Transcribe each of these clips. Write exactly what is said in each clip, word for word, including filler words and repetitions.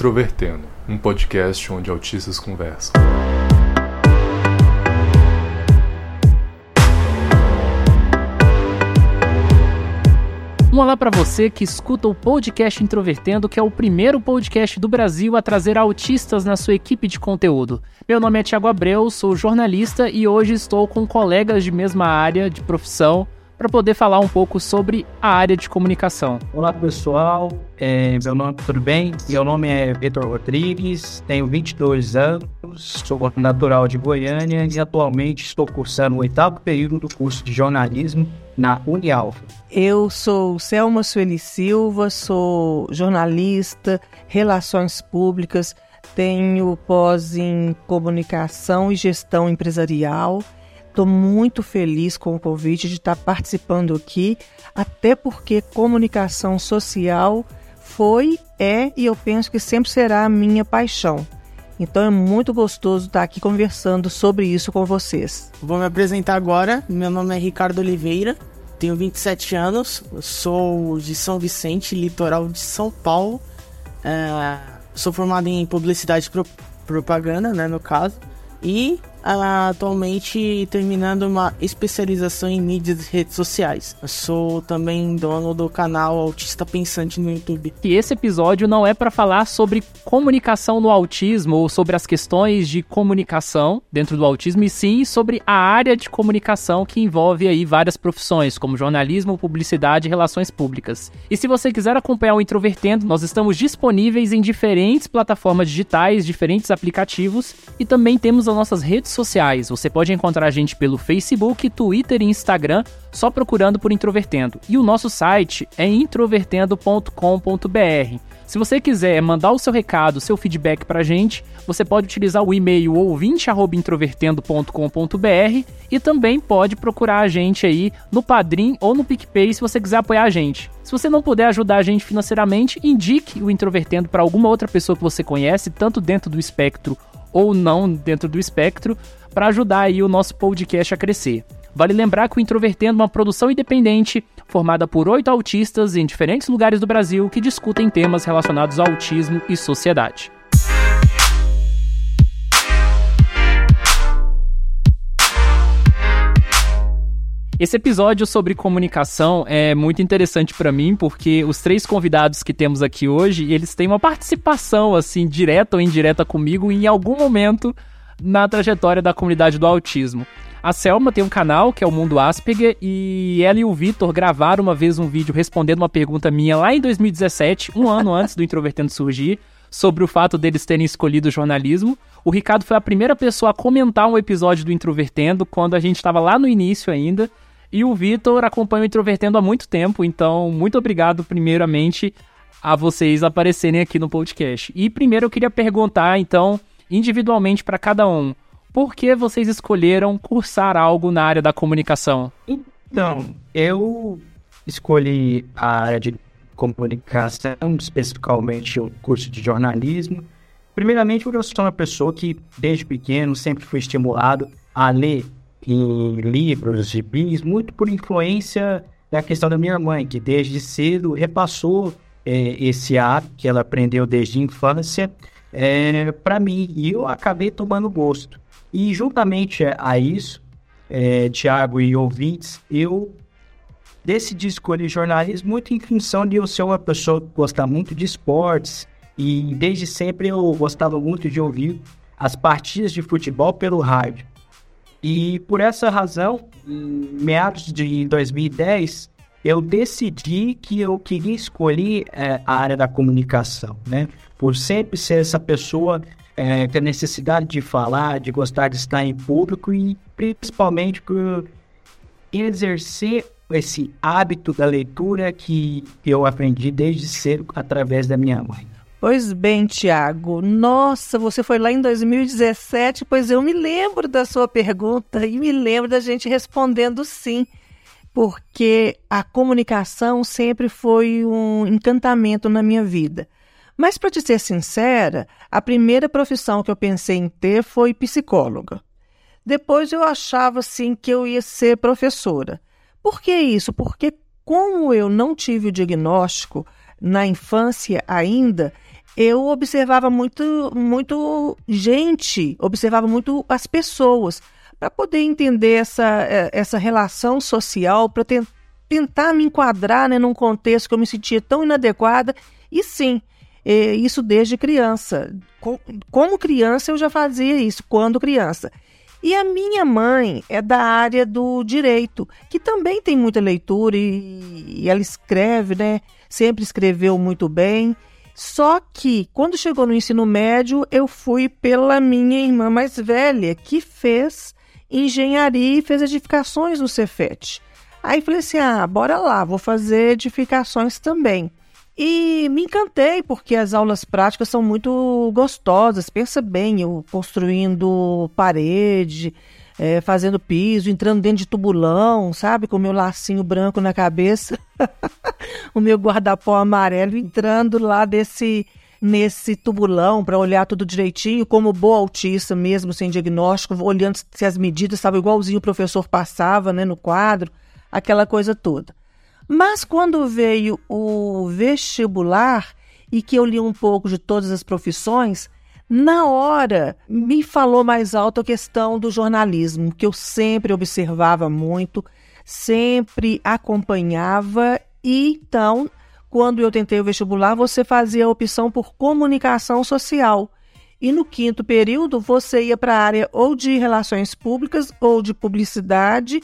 Introvertendo, um podcast onde autistas conversam. Um olá para você que escuta o podcast Introvertendo, que é o primeiro podcast do Brasil a trazer autistas na sua equipe de conteúdo. Meu nome é Thiago Abreu, sou jornalista e hoje estou com colegas de mesma área de profissão para poder falar um pouco sobre a área de comunicação. Olá pessoal, é, meu nome, tudo bem? Meu nome é Vitor Rodrigues, tenho vinte e dois anos, sou natural de Goiânia e atualmente estou cursando o oitavo período do curso de jornalismo na Unialfa. Eu sou Selma Sueli Silva, sou jornalista, relações públicas, tenho pós em comunicação e gestão empresarial. Estou muito feliz com o convite de estar participando aqui, até porque comunicação social foi, é e eu penso que sempre será a minha paixão. Então é muito gostoso estar aqui conversando sobre isso com vocês. Vou me apresentar agora, meu nome é Ricardo Oliveira, tenho vinte e sete anos, sou de São Vicente, litoral de São Paulo, é, sou formado em publicidade e pro, propaganda, né, no caso, e atualmente terminando uma especialização em mídias e redes sociais. Eu sou também dono do canal Autista Pensante no YouTube. E esse episódio não é para falar sobre comunicação no autismo ou sobre as questões de comunicação dentro do autismo, e sim sobre a área de comunicação que envolve aí várias profissões, como jornalismo, publicidade e relações públicas. E se você quiser acompanhar o Introvertendo, nós estamos disponíveis em diferentes plataformas digitais, diferentes aplicativos, e também temos as nossas redes sociais. Você pode encontrar a gente pelo Facebook, Twitter e Instagram, só procurando por Introvertendo. E o nosso site é introvertendo ponto com ponto b r. Se você quiser mandar o seu recado, seu feedback pra gente, você pode utilizar o e-mail ouvinte arroba introvertendo ponto com ponto b r e também pode procurar a gente aí no Padrim ou no PicPay se você quiser apoiar a gente. Se você não puder ajudar a gente financeiramente, indique o Introvertendo para alguma outra pessoa que você conhece, tanto dentro do espectro ou não dentro do espectro, para ajudar aí o nosso podcast a crescer. Vale lembrar que o Introvertendo é uma produção independente, formada por oito autistas em diferentes lugares do Brasil que discutem temas relacionados ao autismo e sociedade. Esse episódio sobre comunicação é muito interessante para mim, porque os três convidados que temos aqui hoje, eles têm uma participação, assim, direta ou indireta comigo em algum momento na trajetória da comunidade do autismo. A Selma tem um canal, que é o Mundo Asperger, e ela e o Vitor gravaram uma vez um vídeo respondendo uma pergunta minha lá em dois mil e dezessete, um ano antes do Introvertendo surgir, sobre o fato deles terem escolhido o jornalismo. O Ricardo foi a primeira pessoa a comentar um episódio do Introvertendo, quando a gente estava lá no início ainda. E o Vitor acompanha o Introvertendo há muito tempo, então muito obrigado primeiramente a vocês aparecerem aqui no podcast. E primeiro eu queria perguntar, então, individualmente para cada um, por que vocês escolheram cursar algo na área da comunicação? Então, eu escolhi a área de comunicação, especificamente o curso de jornalismo, primeiramente porque eu sou uma pessoa que desde pequeno sempre fui estimulado a ler em livros, gibis, muito por influência da questão da minha mãe, que desde cedo repassou é, esse hábito que ela aprendeu desde a infância é, para mim, e eu acabei tomando gosto. E juntamente a isso, é, Thiago e ouvintes, eu decidi escolher jornalismo muito em função de eu ser uma pessoa que gosta muito de esportes, e desde sempre eu gostava muito de ouvir as partidas de futebol pelo rádio. E por essa razão, em meados de dois mil e dez, eu decidi que eu queria escolher é, a área da comunicação, né? Por sempre ser essa pessoa é, com a necessidade de falar, de gostar de estar em público e principalmente por exercer esse hábito da leitura que eu aprendi desde cedo através da minha mãe. Pois bem, Thiago, nossa, você foi lá em dois mil e dezessete, pois eu me lembro da sua pergunta e me lembro da gente respondendo sim, porque a comunicação sempre foi um encantamento na minha vida. Mas, para te ser sincera, a primeira profissão que eu pensei em ter foi psicóloga. Depois eu achava assim que eu ia ser professora. Por que isso? Porque como eu não tive o diagnóstico na infância ainda, eu observava muito, muito gente, observava muito as pessoas, para poder entender essa, essa relação social, para te, tentar me enquadrar, né, num contexto que eu me sentia tão inadequada. E sim, é, isso desde criança. Com, como criança eu já fazia isso, quando criança. E a minha mãe é da área do direito, que também tem muita leitura e, e ela escreve, né? Sempre escreveu muito bem. Só que, quando chegou no ensino médio, eu fui pela minha irmã mais velha, que fez engenharia e fez edificações no Cefet. Aí falei assim, ah, bora lá, vou fazer edificações também. E me encantei, porque as aulas práticas são muito gostosas. Pensa bem, eu construindo parede, é, fazendo piso, entrando dentro de tubulão, sabe? Com o meu lacinho branco na cabeça, o meu guarda-pó amarelo, entrando lá desse, nesse tubulão para olhar tudo direitinho, como boa autista mesmo, sem diagnóstico, olhando se as medidas estavam igualzinho o professor passava, né, no quadro, aquela coisa toda. Mas quando veio o vestibular e que eu li um pouco de todas as profissões, na hora me falou mais alto a questão do jornalismo, que eu sempre observava muito, sempre acompanhava. E então, quando eu tentei o vestibular, você fazia a opção por comunicação social. E no quinto período, você ia para a área ou de relações públicas, ou de publicidade,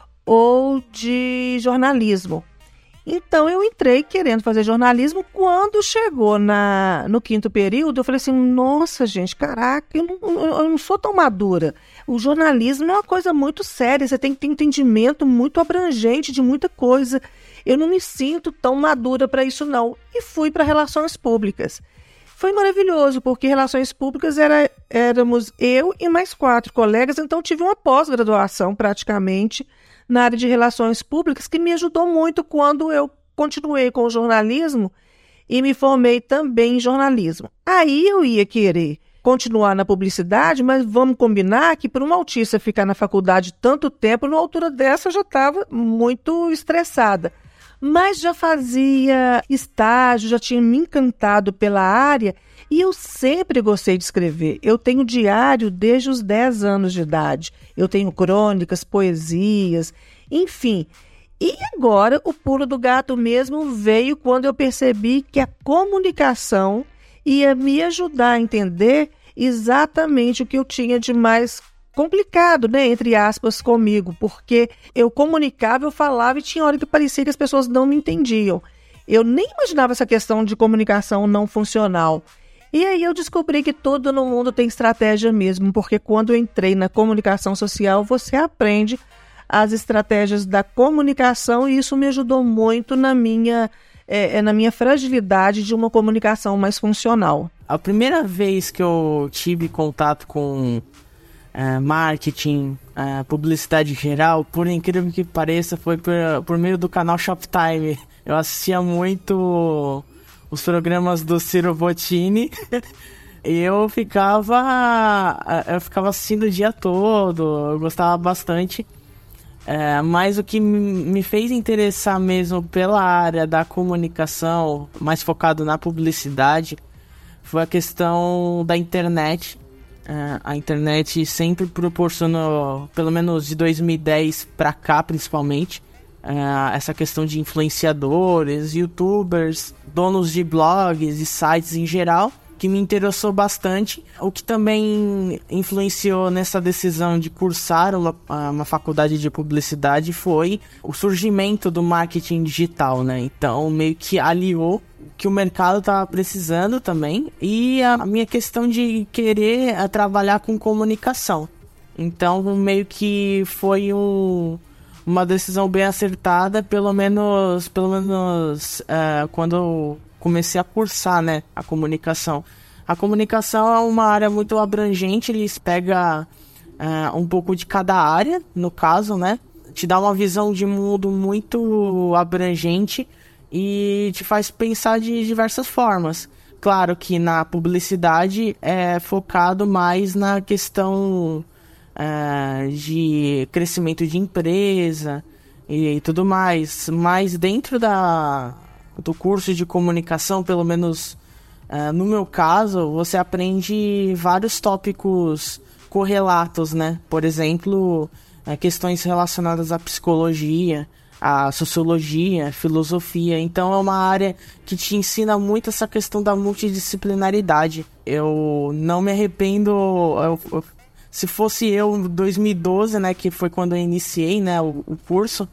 ou de jornalismo. Então, eu entrei querendo fazer jornalismo. Quando chegou na, no quinto período, eu falei assim, nossa, gente, caraca, eu não, eu não sou tão madura. O jornalismo é uma coisa muito séria, você tem que ter entendimento muito abrangente de muita coisa. Eu não me sinto tão madura para isso, não. E fui para relações públicas. Foi maravilhoso, porque relações públicas era, éramos eu e mais quatro colegas, então tive uma pós-graduação praticamente na área de relações públicas, que me ajudou muito quando eu continuei com o jornalismo e me formei também em jornalismo. Aí eu ia querer continuar na publicidade, mas vamos combinar que para uma autista ficar na faculdade tanto tempo, numa altura dessa eu já estava muito estressada. Mas já fazia estágio, já tinha me encantado pela área e eu sempre gostei de escrever. Eu tenho diário desde os dez anos de idade. Eu tenho crônicas, poesias, enfim. E agora o pulo do gato mesmo veio quando eu percebi que a comunicação ia me ajudar a entender exatamente o que eu tinha de mais complicado, né, entre aspas, comigo, porque eu comunicava, eu falava e tinha hora que parecia que as pessoas não me entendiam. Eu nem imaginava essa questão de comunicação não funcional. E aí eu descobri que todo no mundo tem estratégia mesmo, porque quando eu entrei na comunicação social, você aprende as estratégias da comunicação e isso me ajudou muito na minha, é, na minha fragilidade de uma comunicação mais funcional. A primeira vez que eu tive contato com Uh, marketing, uh, publicidade em geral, por incrível que pareça, foi por, por meio do canal Shoptime. Eu assistia muito os programas do Ciro Bottini e eu ficava, eu ficava assistindo o dia todo, eu gostava bastante. Uh, mas o que me fez interessar mesmo pela área da comunicação, mais focado na publicidade, foi a questão da internet. Uh, a internet sempre proporcionou, pelo menos de dois mil e dez para cá principalmente, uh, essa questão de influenciadores, youtubers, donos de blogs e sites em geral, que me interessou bastante. O que também influenciou nessa decisão de cursar uma, uma faculdade de publicidade foi o surgimento do marketing digital, né? Então meio que aliou que o mercado estava precisando também e a minha questão de querer a, trabalhar com comunicação. Então meio que foi um, uma decisão bem acertada, pelo menos, pelo menos uh, quando eu comecei a cursar, né, a comunicação. A comunicação é uma área muito abrangente, eles pegam uh, um pouco de cada área, no caso, né, te dá uma visão de mundo muito abrangente e te faz pensar de diversas formas. Claro que na publicidade é focado mais na questão uh, de crescimento de empresa e, e tudo mais. Mas dentro da, do curso de comunicação, pelo menos Uh, no meu caso, você aprende vários tópicos correlatos, né? Por exemplo, uh, questões relacionadas à psicologia, à sociologia, filosofia. Então é uma área que te ensina muito essa questão da multidisciplinaridade. Eu não me arrependo... Eu, eu, se fosse eu em dois mil e doze, né, que foi quando eu iniciei, né, o, o curso,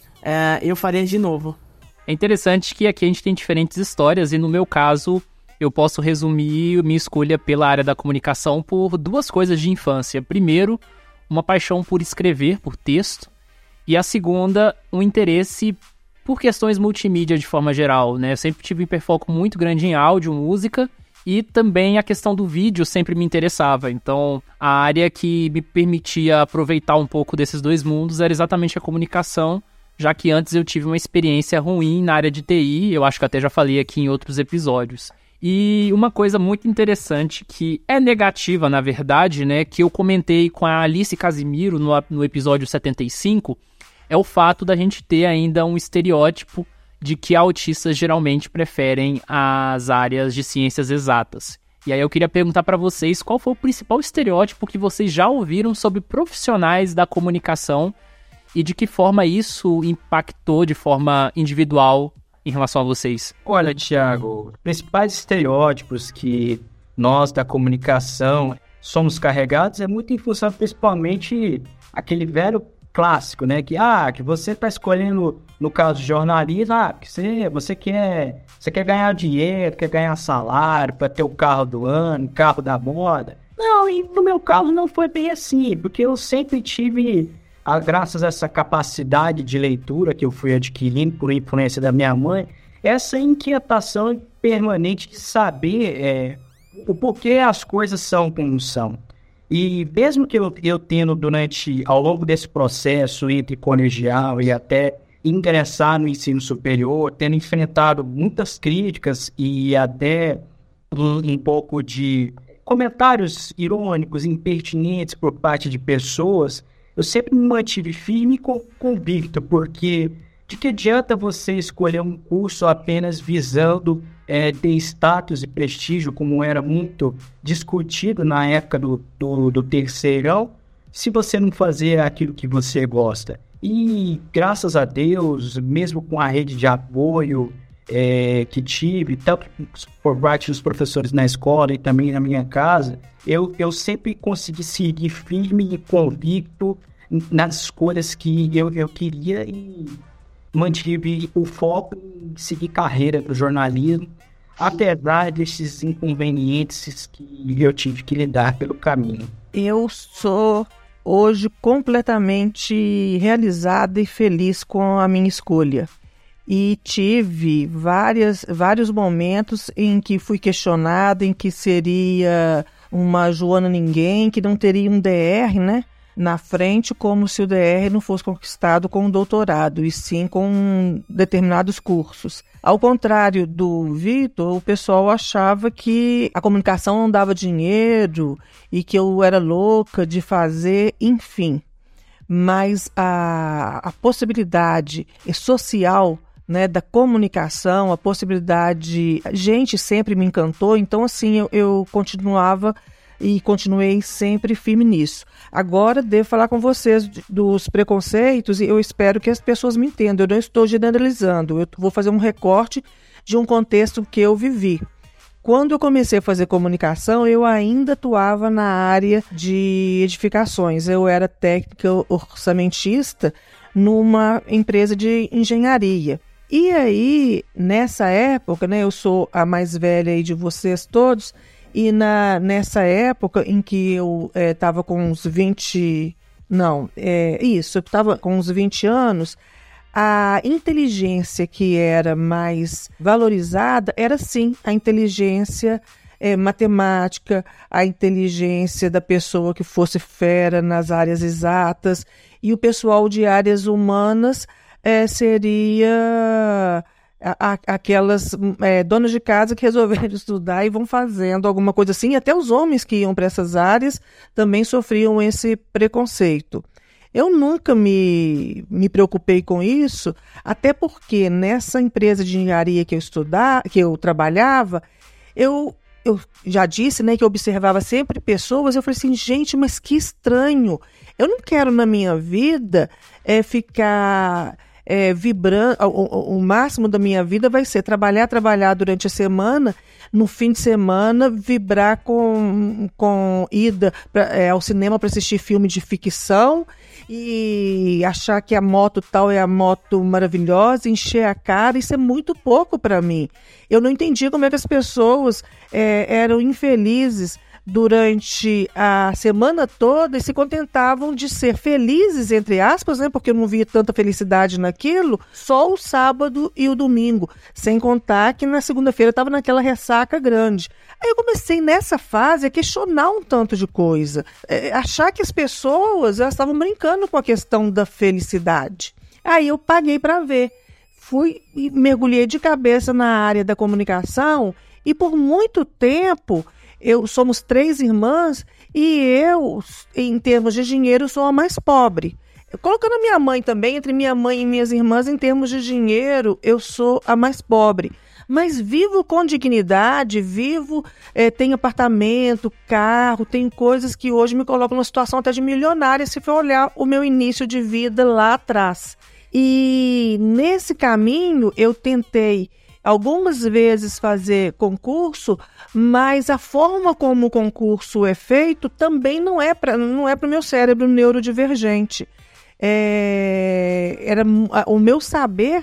uh, eu faria de novo. É interessante que aqui a gente tem diferentes histórias e no meu caso... eu posso resumir minha escolha pela área da comunicação por duas coisas de infância. Primeiro, uma paixão por escrever, por texto. E a segunda, um interesse por questões multimídia de forma geral, né? Eu sempre tive um hiperfoco muito grande em áudio, música, e também a questão do vídeo sempre me interessava. Então, a área que me permitia aproveitar um pouco desses dois mundos era exatamente a comunicação, já que antes eu tive uma experiência ruim na área de T I, eu acho que até já falei aqui em outros episódios. E uma coisa muito interessante, que é negativa, na verdade, né, que eu comentei com a Alice Casimiro no, no episódio setenta e cinco, é o fato da gente ter ainda um estereótipo de que autistas geralmente preferem as áreas de ciências exatas. E aí eu queria perguntar para vocês qual foi o principal estereótipo que vocês já ouviram sobre profissionais da comunicação e de que forma isso impactou de forma individual em relação a vocês. Olha, Thiago, os principais estereótipos que nós da comunicação somos carregados é muito em função principalmente aquele velho clássico, né? Que, ah, que você está escolhendo, no caso de jornalismo, ah, que você, você, quer, você quer ganhar dinheiro, quer ganhar salário para ter o carro do ano, carro da moda. Não, e no meu caso não foi bem assim, porque eu sempre tive... graças a essa capacidade de leitura que eu fui adquirindo por influência da minha mãe, essa inquietação permanente de saber é, o porquê as coisas são como são. E mesmo que eu, eu tendo durante, ao longo desse processo entre colegial e até ingressar no ensino superior, tendo enfrentado muitas críticas e até um, um pouco de comentários irônicos, impertinentes por parte de pessoas, eu sempre me mantive firme e convicto, porque de que adianta você escolher um curso apenas visando é, ter status e prestígio, como era muito discutido na época do, do, do terceirão, se você não fazer aquilo que você gosta. E graças a Deus, mesmo com a rede de apoio é, que tive, tanto por parte dos professores na escola e também na minha casa, eu, eu sempre consegui seguir firme e convicto nas escolhas que eu, eu queria e mantive o foco em seguir carreira do jornalismo, apesar desses inconvenientes que eu tive que lidar pelo caminho. Eu sou hoje completamente realizada e feliz com a minha escolha. E tive várias, vários momentos em que fui questionada, em que seria uma Joana Ninguém, que não teria um D R, né, na frente, como se o D R não fosse conquistado com um doutorado, e sim com determinados cursos. Ao contrário do Vitor, o pessoal achava que a comunicação não dava dinheiro e que eu era louca de fazer, enfim. Mas a, a possibilidade social, né, da comunicação, a possibilidade... A gente sempre me encantou, então assim, eu, eu continuava e continuei sempre firme nisso. Agora, devo falar com vocês dos preconceitos e eu espero que as pessoas me entendam. Eu não estou generalizando, eu vou fazer um recorte de um contexto que eu vivi. Quando eu comecei a fazer comunicação, eu ainda atuava na área de edificações. Eu era técnica orçamentista numa empresa de engenharia. E aí, nessa época, né, eu sou a mais velha aí de vocês todos, e na, nessa época em que eu estava é, com uns vinte... Não, é, isso, eu estava com uns vinte anos, a inteligência que era mais valorizada era, sim, a inteligência é, matemática, a inteligência da pessoa que fosse fera nas áreas exatas, e o pessoal de áreas humanas é, seria... A, a, aquelas é, donas de casa que resolveram estudar e vão fazendo alguma coisa assim. Até os homens que iam para essas áreas também sofriam esse preconceito. Eu nunca me, me preocupei com isso, até porque nessa empresa de engenharia que eu estudava, que eu trabalhava, eu, eu já disse, né, que eu observava sempre pessoas, eu falei assim, gente, mas que estranho. Eu não quero na minha vida é, ficar... É, vibrando, o, o máximo da minha vida vai ser trabalhar, trabalhar durante a semana, no fim de semana vibrar com, com ida pra, é, ao cinema para assistir filme de ficção e achar que a moto tal é a moto maravilhosa, encher a cara. Isso é muito pouco para mim. Eu não entendi como é que as pessoas é, eram infelizes durante a semana toda e se contentavam de ser felizes, entre aspas, né, porque eu não via tanta felicidade naquilo, só o sábado e o domingo, sem contar que na segunda-feira eu estava naquela ressaca grande. Aí eu comecei nessa fase a questionar um tanto de coisa, é, achar que as pessoas elas estavam brincando com a questão da felicidade. Aí eu paguei para ver, fui e mergulhei de cabeça na área da comunicação e por muito tempo Eu, somos três irmãs e eu, em termos de dinheiro, sou a mais pobre. Colocando a minha mãe também, entre minha mãe e minhas irmãs, em termos de dinheiro, eu sou a mais pobre. Mas vivo com dignidade, vivo, é, tenho apartamento, carro, tenho coisas que hoje me colocam numa situação até de milionária, se for olhar o meu início de vida lá atrás. E nesse caminho eu tentei algumas vezes fazer concurso, mas a forma como o concurso é feito também não é para não é para o meu cérebro neurodivergente. É, era, o meu saber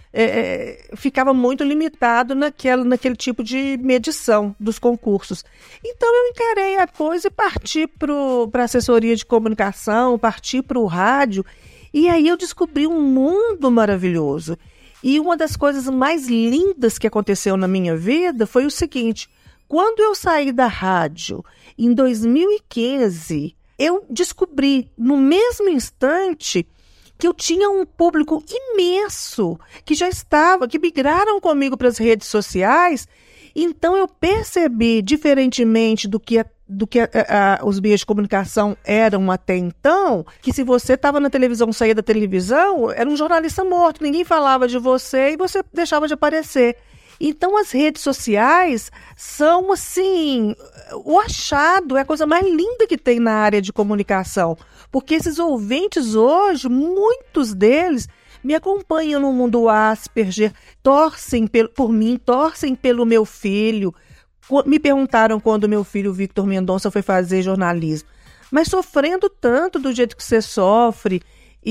é, ficava muito limitado naquela, naquele tipo de medição dos concursos. Então eu encarei a coisa e parti para a assessoria de comunicação, parti para o rádio, e aí eu descobri um mundo maravilhoso. E uma das coisas mais lindas que aconteceu na minha vida foi o seguinte: quando eu saí da rádio em dois mil e quinze, eu descobri no mesmo instante que eu tinha um público imenso que já estava, que migraram comigo para as redes sociais. Então eu percebi, diferentemente do que a do que a, a, os meios de comunicação eram até então, que se você estava na televisão, saía da televisão, era um jornalista morto, ninguém falava de você e você deixava de aparecer. Então as redes sociais são assim, o achado, é a coisa mais linda que tem na área de comunicação, porque esses ouvintes hoje, muitos deles me acompanham no mundo Asperger, torcem por, por mim, torcem pelo meu filho. Me perguntaram quando meu filho Victor Mendonça foi fazer jornalismo, mas sofrendo tanto do jeito que você sofre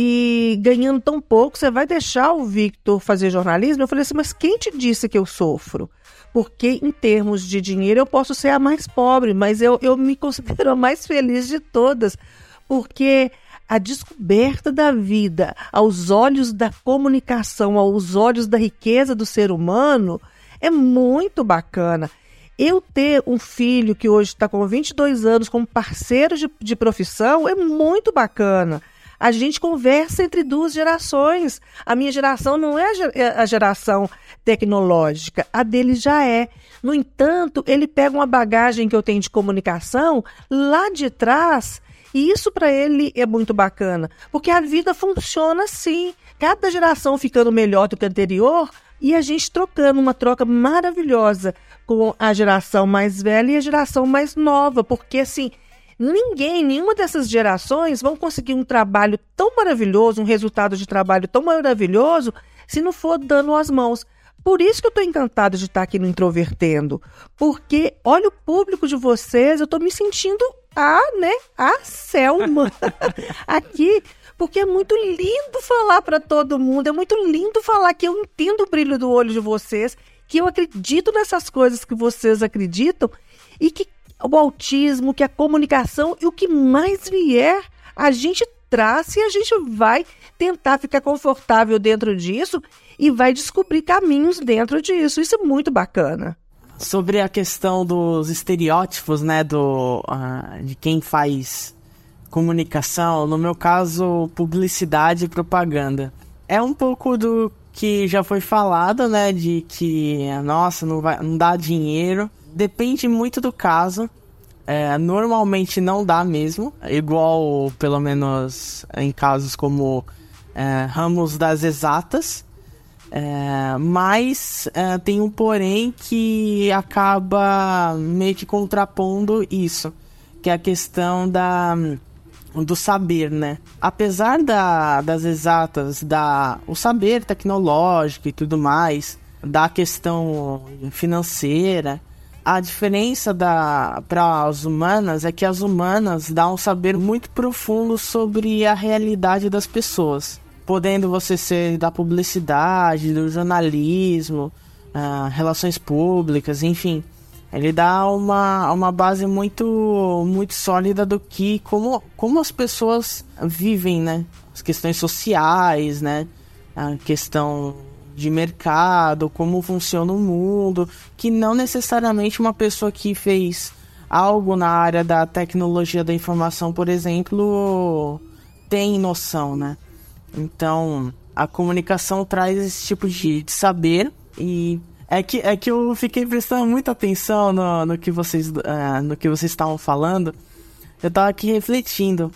e ganhando tão pouco, você vai deixar o Victor fazer jornalismo? Eu falei assim, mas quem te disse que eu sofro? Porque em termos de dinheiro eu posso ser a mais pobre, mas eu, eu me considero a mais feliz de todas, porque a descoberta da vida aos olhos da comunicação, aos olhos da riqueza do ser humano, é muito bacana. Eu ter um filho que hoje está com vinte e dois anos como parceiro de, de profissão é muito bacana. A gente conversa entre duas gerações. A minha geração não é a geração tecnológica, a dele já é. No entanto, ele pega uma bagagem que eu tenho de comunicação lá de trás, e isso para ele é muito bacana, porque a vida funciona assim. Cada geração ficando melhor do que a anterior, e a gente trocando uma troca maravilhosa com a geração mais velha e a geração mais nova, porque assim, ninguém, nenhuma dessas gerações vão conseguir um trabalho tão maravilhoso, um resultado de trabalho tão maravilhoso, se não for dando as mãos. Por isso que eu estou encantada de estar aqui no Introvertendo, porque olha o público de vocês, eu estou me sentindo a, né, a Selma aqui, porque é muito lindo falar para todo mundo, é muito lindo falar que eu entendo o brilho do olho de vocês, que eu acredito nessas coisas que vocês acreditam e que o autismo, que a comunicação e o que mais vier, a gente traz e a gente vai tentar ficar confortável dentro disso e vai descobrir caminhos dentro disso. Isso é muito bacana. Sobre a questão dos estereótipos, né, do, uh, de quem faz comunicação, no meu caso, publicidade e propaganda. É um pouco do que já foi falado, né, de que, nossa, não, vai, não dá dinheiro. Depende muito do caso. É, normalmente não dá mesmo, igual, pelo menos, em casos como é, ramos das exatas. É, mas é, tem um porém que acaba meio que contrapondo isso, que é a questão da, do saber, né? Apesar da, das exatas, da, o saber tecnológico e tudo mais, da questão financeira, a diferença para as humanas é que as humanas dão um saber muito profundo sobre a realidade das pessoas, podendo você ser da publicidade, do jornalismo, uh, relações públicas, enfim. Ele dá uma, uma base muito, muito sólida do que, como, como as pessoas vivem, né? As questões sociais, né? A questão de mercado, como funciona o mundo, que não necessariamente uma pessoa que fez algo na área da tecnologia da informação, por exemplo, tem noção, né? Então, a comunicação traz esse tipo de, de saber, e é que, é que eu fiquei prestando muita atenção no, no, que vocês, uh, no que vocês estavam falando. Eu tava aqui refletindo.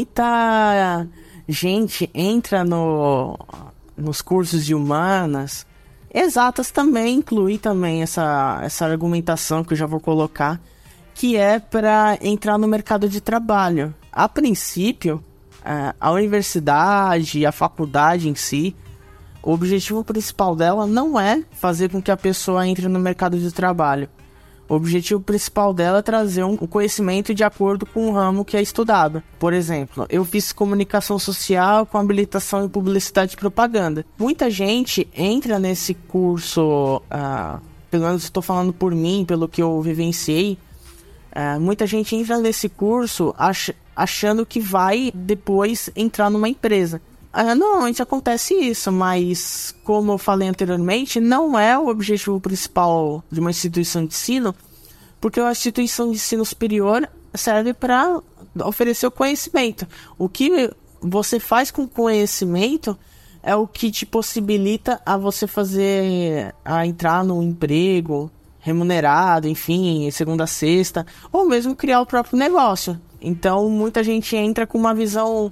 Muita gente entra no, nos cursos de humanas, exatas também, inclui também essa, essa argumentação que eu já vou colocar, que é para entrar no mercado de trabalho. A princípio, a universidade, a faculdade em si, o objetivo principal dela não é fazer com que a pessoa entre no mercado de trabalho. O objetivo principal dela é trazer um conhecimento de acordo com o ramo que é estudado. Por exemplo, eu fiz comunicação social com habilitação em publicidade e propaganda. Muita gente entra nesse curso, uh, pelo menos estou falando por mim, pelo que eu vivenciei, uh, muita gente entra nesse curso ach- achando que vai depois entrar numa empresa. Ah, normalmente acontece isso, mas como eu falei anteriormente, não é o objetivo principal de uma instituição de ensino, porque a instituição de ensino superior serve para oferecer o conhecimento. O que você faz com o conhecimento é o que te possibilita a você fazer, a entrar num emprego remunerado, enfim, segunda a sexta, ou mesmo criar o próprio negócio. Então, muita gente entra com uma visão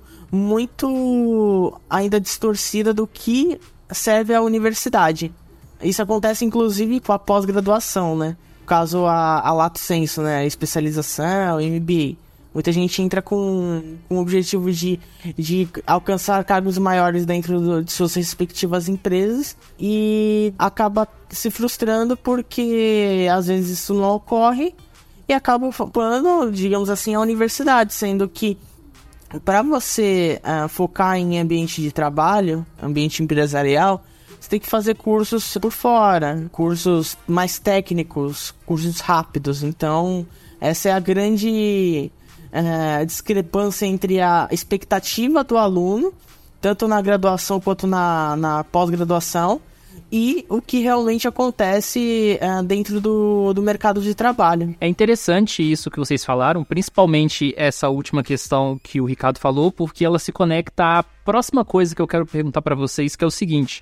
muito ainda distorcida do que serve a universidade. Isso acontece, inclusive, com a pós-graduação, né? No caso, a, a lato sensu, né? A especialização, M B A. Muita gente entra com, com o objetivo de, de alcançar cargos maiores dentro do, de suas respectivas empresas e acaba se frustrando porque, às vezes, isso não ocorre e acaba ocupando, digamos assim, a universidade, sendo que para você uh, focar em ambiente de trabalho, ambiente empresarial, você tem que fazer cursos por fora, cursos mais técnicos, cursos rápidos. Então, essa é a grande uh, discrepância entre a expectativa do aluno, tanto na graduação quanto na, na pós-graduação, e o que realmente acontece uh, dentro do, do mercado de trabalho. É interessante isso que vocês falaram, principalmente essa última questão que o Ricardo falou, porque ela se conecta à próxima coisa que eu quero perguntar para vocês, que é o seguinte: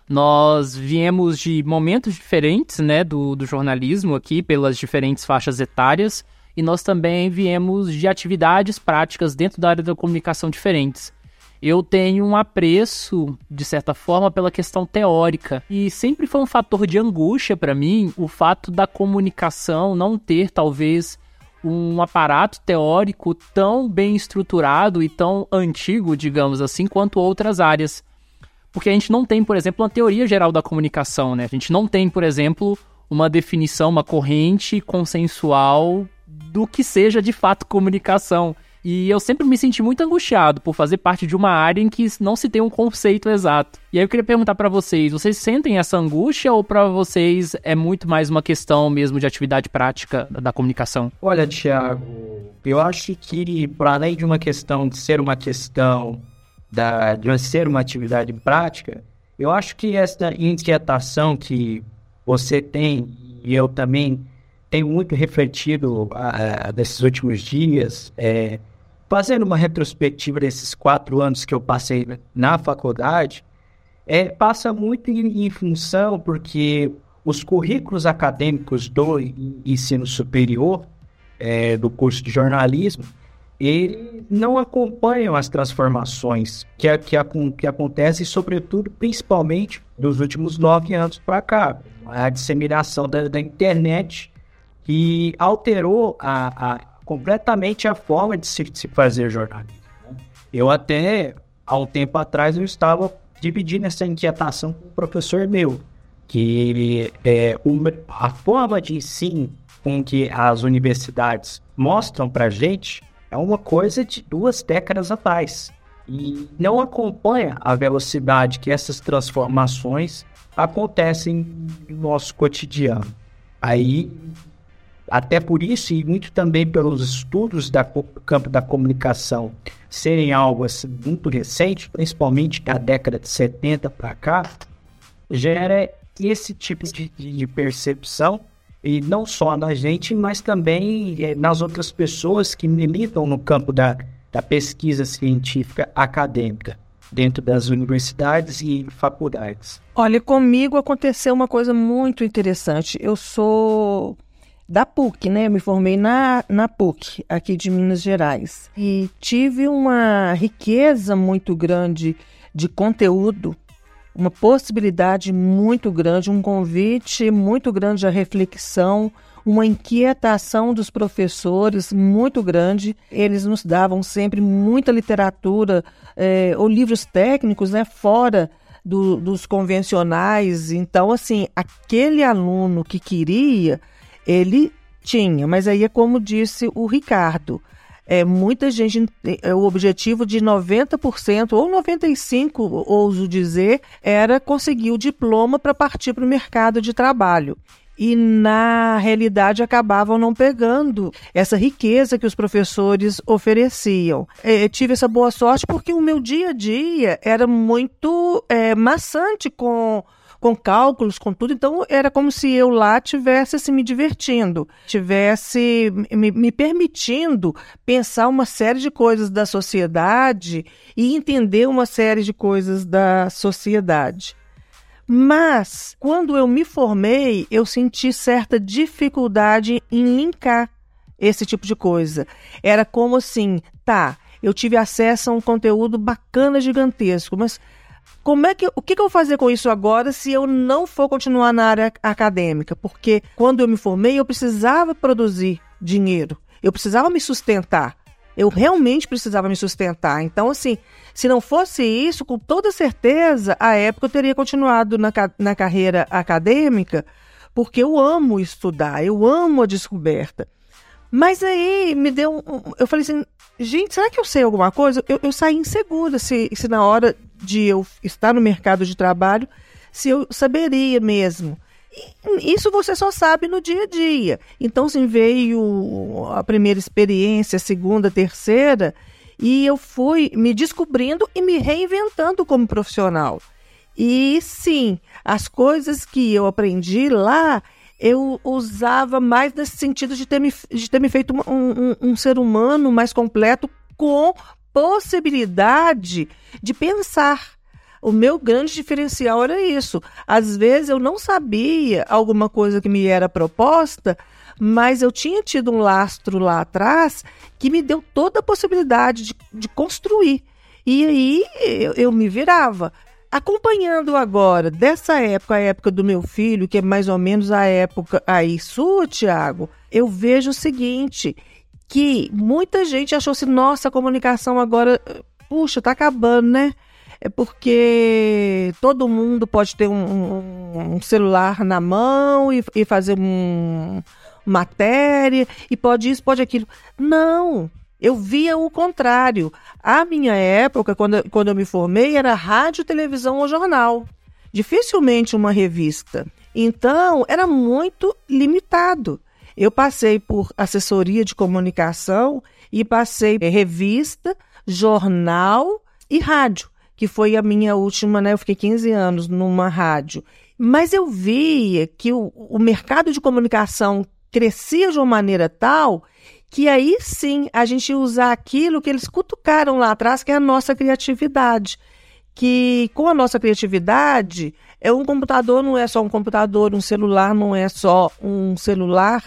nós viemos de momentos diferentes, né, do, do jornalismo aqui, pelas diferentes faixas etárias, e nós também viemos de atividades práticas dentro da área da comunicação diferentes. Eu tenho um apreço, de certa forma, pela questão teórica. E sempre foi um fator de angústia para mim o fato da comunicação não ter, talvez, um aparato teórico tão bem estruturado e tão antigo, digamos assim, quanto outras áreas. Porque a gente não tem, por exemplo, uma teoria geral da comunicação, né? A gente não tem, por exemplo, uma definição, uma corrente consensual do que seja, de fato, comunicação. E eu sempre me senti muito angustiado por fazer parte de uma área em que não se tem um conceito exato. E aí eu queria perguntar para vocês, vocês sentem essa angústia ou para vocês é muito mais uma questão mesmo de atividade prática da comunicação? Olha, Thiago, eu acho que para além de uma questão de ser uma questão da, de ser uma atividade prática, eu acho que essa inquietação que você tem e eu também tenho muito refletido uh, nesses últimos dias, é, fazendo uma retrospectiva desses quatro anos que eu passei na faculdade, é, passa muito em, em função porque os currículos acadêmicos do ensino superior, é, do curso de jornalismo, eles não acompanham as transformações que, que, que acontecem, sobretudo, principalmente dos últimos nove anos para cá. A disseminação da, da internet que alterou a, a, completamente a forma de se, de se fazer jornalismo. Eu até, há um tempo atrás, eu estava dividindo essa inquietação com o professor meu, que é, uma, a forma de ensino com que as universidades mostram para a gente é uma coisa de duas décadas atrás. E não acompanha a velocidade que essas transformações acontecem no nosso cotidiano. Aí, até por isso, e muito também pelos estudos do campo da comunicação serem algo assim, muito recente, principalmente da década de setenta para cá, gera esse tipo de, de percepção, e não só na gente, mas também é, nas outras pessoas que militam no campo da, da pesquisa científica acadêmica, dentro das universidades e faculdades. Olha, comigo aconteceu uma coisa muito interessante. Eu sou da P U C, né? Eu me formei na, na P U C, aqui de Minas Gerais. E tive uma riqueza muito grande de conteúdo, uma possibilidade muito grande, um convite muito grande à reflexão, uma inquietação dos professores muito grande. Eles nos davam sempre muita literatura, é, ou livros técnicos, né, fora do, dos convencionais. Então, assim, aquele aluno que queria, ele tinha. Mas aí é como disse o Ricardo, é, muita gente, é, o objetivo de noventa por cento ou noventa e cinco por cento, ouso dizer, era conseguir o diploma para partir para o mercado de trabalho. E, na realidade, acabavam não pegando essa riqueza que os professores ofereciam. Eu tive essa boa sorte porque o meu dia a dia era muito é, maçante com, com cálculos, com tudo. Então, era como se eu lá tivesse assim, me divertindo, tivesse me, me permitindo pensar uma série de coisas da sociedade e entender uma série de coisas da sociedade. Mas, quando eu me formei, eu senti certa dificuldade em linkar esse tipo de coisa. Era como assim, tá, eu tive acesso a um conteúdo bacana, gigantesco, mas como é que, o que, que eu vou fazer com isso agora se eu não for continuar na área acadêmica? Porque quando eu me formei, eu precisava produzir dinheiro, eu precisava me sustentar. Eu realmente precisava me sustentar. Então, assim, se não fosse isso, com toda certeza, à época eu teria continuado na, na carreira acadêmica, porque eu amo estudar, eu amo a descoberta. Mas aí me deu um... Eu falei assim, gente, será que eu sei alguma coisa? Eu, eu saí insegura se, se na hora de eu estar no mercado de trabalho, se eu saberia mesmo. Isso você só sabe no dia a dia. Então, assim, veio a primeira experiência, a segunda, a terceira, e eu fui me descobrindo e me reinventando como profissional. E, sim, as coisas que eu aprendi lá, eu usava mais nesse sentido de ter me, de ter me feito um, um, um ser humano mais completo com possibilidade de pensar. O meu grande diferencial era isso. Às vezes eu não sabia alguma coisa que me era proposta, mas eu tinha tido um lastro lá atrás que me deu toda a possibilidade de, de construir. E aí eu, eu me virava. Acompanhando agora, dessa época, a época do meu filho, que é mais ou menos a época aí sua, Tiago, eu vejo o seguinte, que muita gente achou assim, nossa, a comunicação agora, puxa, tá acabando, né? É porque todo mundo pode ter um, um, um celular na mão e, e fazer um, matéria, e pode isso, pode aquilo. Não, eu via o contrário. A minha época, quando, quando eu me formei, era rádio, televisão ou jornal. Dificilmente uma revista. Então, era muito limitado. Eu passei por assessoria de comunicação e passei por revista, jornal e rádio, que foi a minha última, né? Eu fiquei quinze anos numa rádio. Mas eu via que o, o mercado de comunicação crescia de uma maneira tal que aí sim a gente ia usar aquilo que eles cutucaram lá atrás, que é a nossa criatividade. Que com a nossa criatividade, é um computador não é só um computador, um celular não é só um celular,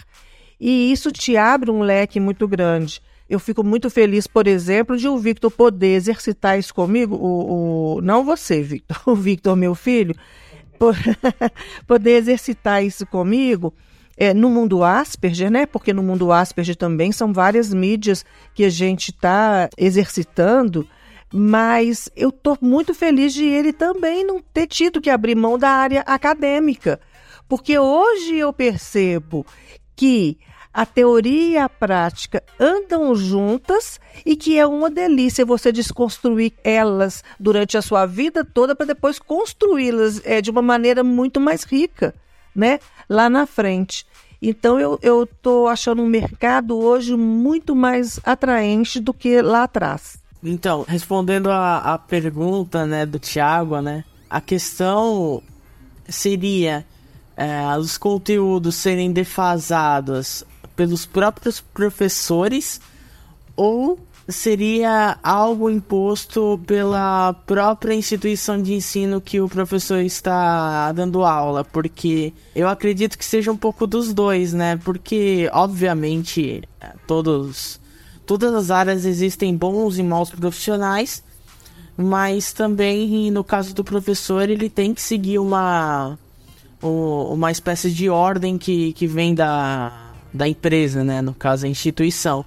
e isso te abre um leque muito grande. Eu fico muito feliz, por exemplo, de o Victor poder exercitar isso comigo, o, o, não você, Victor, o Victor, meu filho, poder exercitar isso comigo é, no mundo Asperger, né? Porque no mundo Asperger também são várias mídias que a gente está exercitando, mas eu estou muito feliz de ele também não ter tido que abrir mão da área acadêmica, porque hoje eu percebo que a teoria e a prática andam juntas e que é uma delícia você desconstruir elas durante a sua vida toda para depois construí-las é, de uma maneira muito mais rica, né, lá na frente. Então eu estou achando um mercado hoje muito mais atraente do que lá atrás. Então, respondendo a, a pergunta, né, do Thiago, né, a questão seria é, os conteúdos serem defasados pelos próprios professores ou seria algo imposto pela própria instituição de ensino que o professor está dando aula? Porque eu acredito que seja um pouco dos dois, né? Porque, obviamente, todos, todas as áreas existem bons e maus profissionais, mas também, no caso do professor, ele tem que seguir uma, uma espécie de ordem que, que vem da... da empresa, né? No caso, a instituição.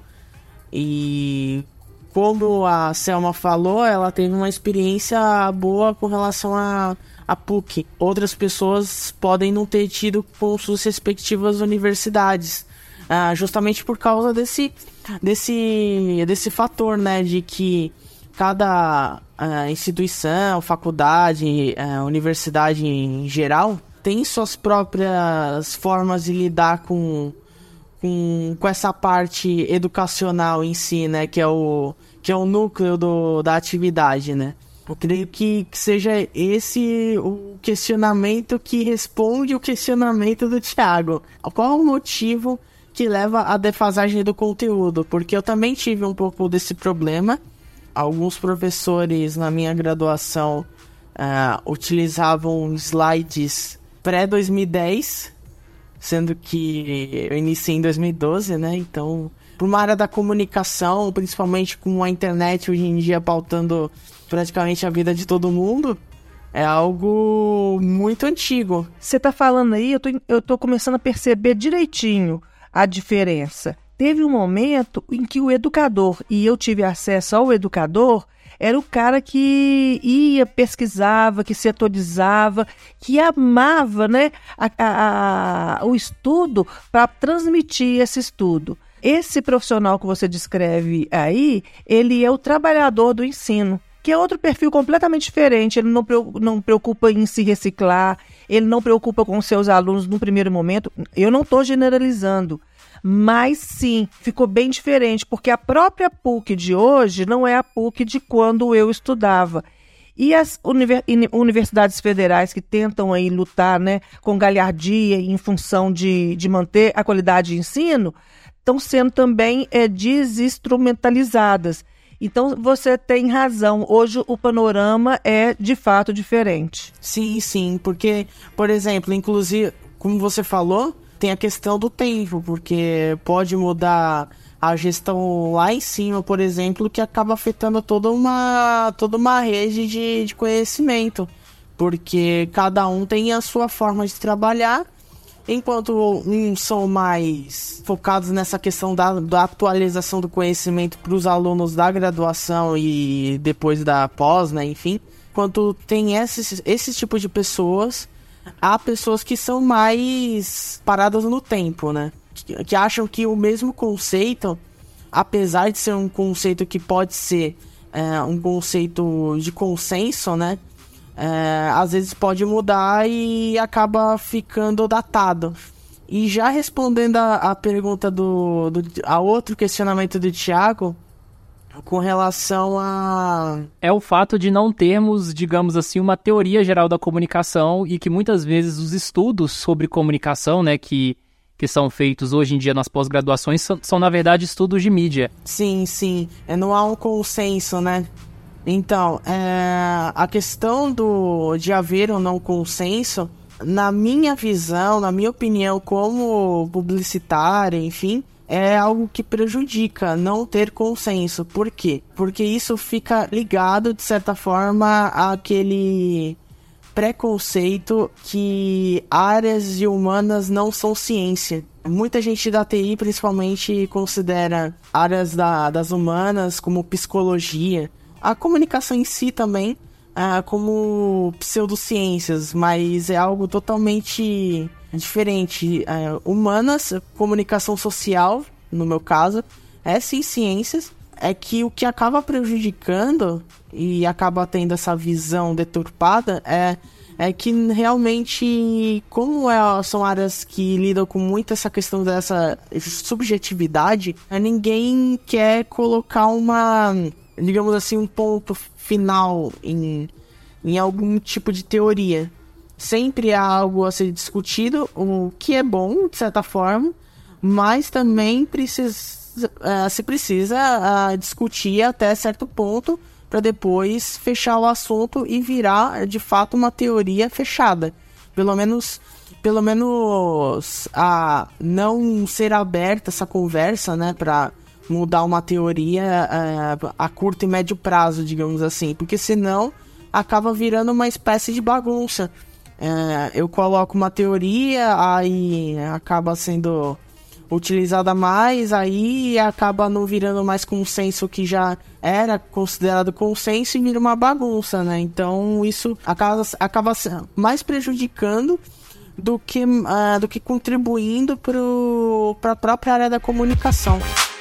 E como a Selma falou, ela teve uma experiência boa com relação a, a P U C. Outras pessoas podem não ter tido com suas respectivas universidades, ah, justamente por causa desse, desse, desse fator, né? De que cada ah, instituição, faculdade, ah, universidade em geral tem suas próprias formas de lidar com Com, com essa parte educacional em si, né, que é o, que é o núcleo do, da atividade, né. Eu creio que, que seja esse o questionamento que responde o questionamento do Thiago. Qual o motivo que leva à defasagem do conteúdo? Porque eu também tive um pouco desse problema. Alguns professores na minha graduação uh, utilizavam slides pré-dois mil e dez, sendo que eu iniciei em dois mil e doze, né? Então, por uma área da comunicação, principalmente com a internet hoje em dia pautando praticamente a vida de todo mundo, é algo muito antigo. Você tá falando aí, eu tô, eu tô começando a perceber direitinho a diferença. Teve um momento em que o educador, e eu tive acesso ao educador, era o cara que ia, pesquisava, que se atualizava, que amava, né, a, a, a, o estudo para transmitir esse estudo. Esse profissional que você descreve aí, ele é o trabalhador do ensino, que é outro perfil completamente diferente. Ele não, não preocupa em se reciclar, ele não preocupa com seus alunos no primeiro momento. Eu não estou generalizando, mas sim, ficou bem diferente, porque a própria P U C de hoje não é a P U C de quando eu estudava. E as univers- universidades federais que tentam aí lutar, né, com galhardia em função de, de manter a qualidade de ensino, estão sendo também é, desinstrumentalizadas. Então você tem razão, hoje o panorama é de fato diferente. Sim, sim, porque, por exemplo, inclusive, como você falou, tem a questão do tempo, porque pode mudar a gestão lá em cima, por exemplo, que acaba afetando toda uma, toda uma rede de, de conhecimento, porque cada um tem a sua forma de trabalhar, enquanto uns são mais focados nessa questão da, da atualização do conhecimento para os alunos da graduação e depois da pós, né, enfim, enquanto tem esses, esse tipo de pessoas. Há pessoas que são mais paradas no tempo, né? Que, que acham que o mesmo conceito, apesar de ser um conceito que pode ser é, um conceito de consenso, né? É, às vezes pode mudar e acaba ficando datado. E já respondendo a, a pergunta do, do... a outro questionamento do Thiago, com relação a... É o fato de não termos, digamos assim, uma teoria geral da comunicação e que muitas vezes os estudos sobre comunicação, né, que, que são feitos hoje em dia nas pós-graduações são, são, na verdade, estudos de mídia. Sim, sim. É, não há um consenso, né? Então, é, a questão do, de haver ou não consenso, na minha visão, na minha opinião, como publicitária, enfim... é algo que prejudica não ter consenso. Por quê? Porque isso fica ligado, de certa forma, àquele, preconceito que áreas de humanas não são ciência. Muita gente da T I, principalmente, considera áreas da, das humanas como psicologia, a comunicação em si também, ah, como pseudociências, mas é algo totalmente diferente. Ah, humanas, comunicação social, no meu caso, é sim ciências. É que o que acaba prejudicando e acaba tendo essa visão deturpada é, é que realmente, como é, são áreas que lidam com muito essa questão dessa subjetividade, ninguém quer colocar uma, digamos assim, um ponto final em, em algum tipo de teoria. Sempre há algo a ser discutido, o que é bom, de certa forma, mas também precisa... Uh, se precisa uh, discutir até certo ponto para depois fechar o assunto e virar de fato uma teoria fechada. Pelo menos, pelo menos a uh, não ser aberta essa conversa, né, para mudar uma teoria uh, a curto e médio prazo, digamos assim, porque senão acaba virando uma espécie de bagunça. Uh, eu coloco uma teoria, aí acaba sendo utilizada mais, aí acaba não virando mais consenso que já era considerado consenso e vira uma bagunça, né? Então isso acaba, acaba mais prejudicando do que, uh, do que contribuindo para a própria área da comunicação.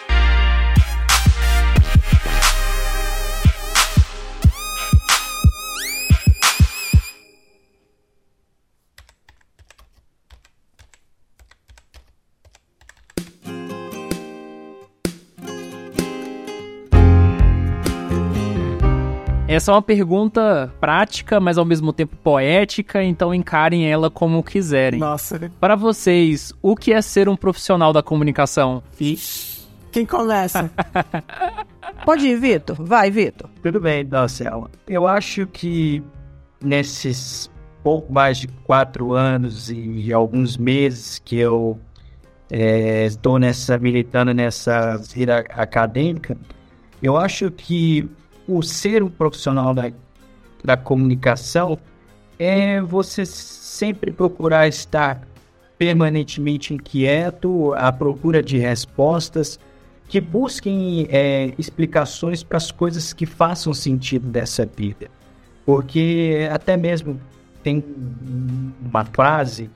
Essa é uma pergunta prática, mas ao mesmo tempo poética, então encarem ela como quiserem. Nossa. Para vocês, o que é ser um profissional da comunicação? Vixe. Quem começa? Pode ir, Vitor. Vai, Vitor. Tudo bem, Dalcela. Eu acho que nesses pouco mais de quatro anos e alguns meses que eu é, estou nessa, militando nessa vida acadêmica, eu acho que o ser um profissional da, da comunicação é você sempre procurar estar permanentemente inquieto, à procura de respostas que busquem é, explicações para as coisas que façam sentido dessa vida. Porque até mesmo tem uma frase,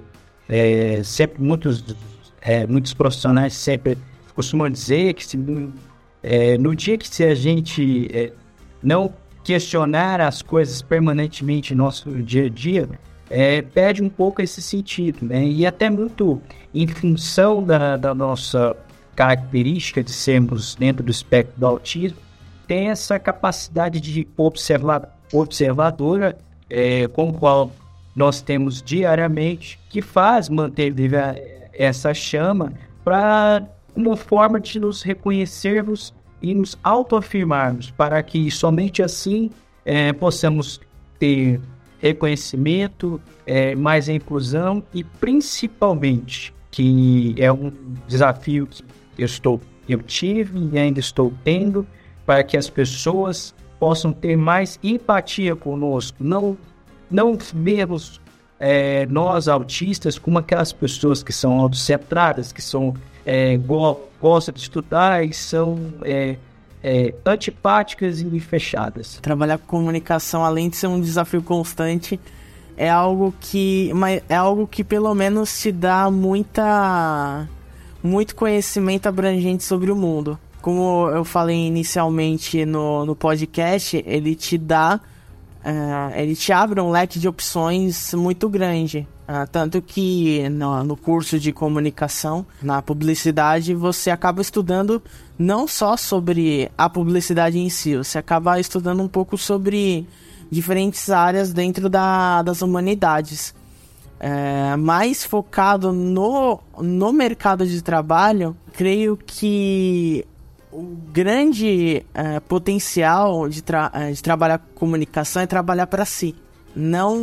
é, sempre muitos, é, muitos profissionais sempre costumam dizer que se É, no dia que se a gente é, não questionar as coisas permanentemente no nosso dia a dia, é, perde um pouco esse sentido, né? E até muito em função da, da nossa característica de sermos dentro do espectro do autismo, tem essa capacidade de observar, observadora, é, com a qual nós temos diariamente, que faz manter viva essa chama para uma forma de nos reconhecermos e nos autoafirmarmos, para que somente assim é, possamos ter reconhecimento, é, mais inclusão e principalmente, que é um desafio que eu, estou, eu tive e ainda estou tendo, para que as pessoas possam ter mais empatia conosco, não, não vermos é, nós autistas como aquelas pessoas que são autocentradas, que são É, go- gostam de estudar e são é, é, antipáticas e fechadas. Trabalhar com comunicação, além de ser um desafio constante, é algo que, mas é algo que pelo menos te dá muita, muito conhecimento abrangente sobre o mundo. Como eu falei inicialmente no, no podcast, ele te dá, uh, ele te abre um leque de opções muito grande. Uh, tanto que no, no curso de comunicação, na publicidade, você acaba estudando não só sobre a publicidade em si, você acaba estudando um pouco sobre diferentes áreas dentro da, das humanidades. É, mais focado no, no mercado de trabalho, creio que o grande é, potencial de, tra- de trabalhar com comunicação é trabalhar para si. Não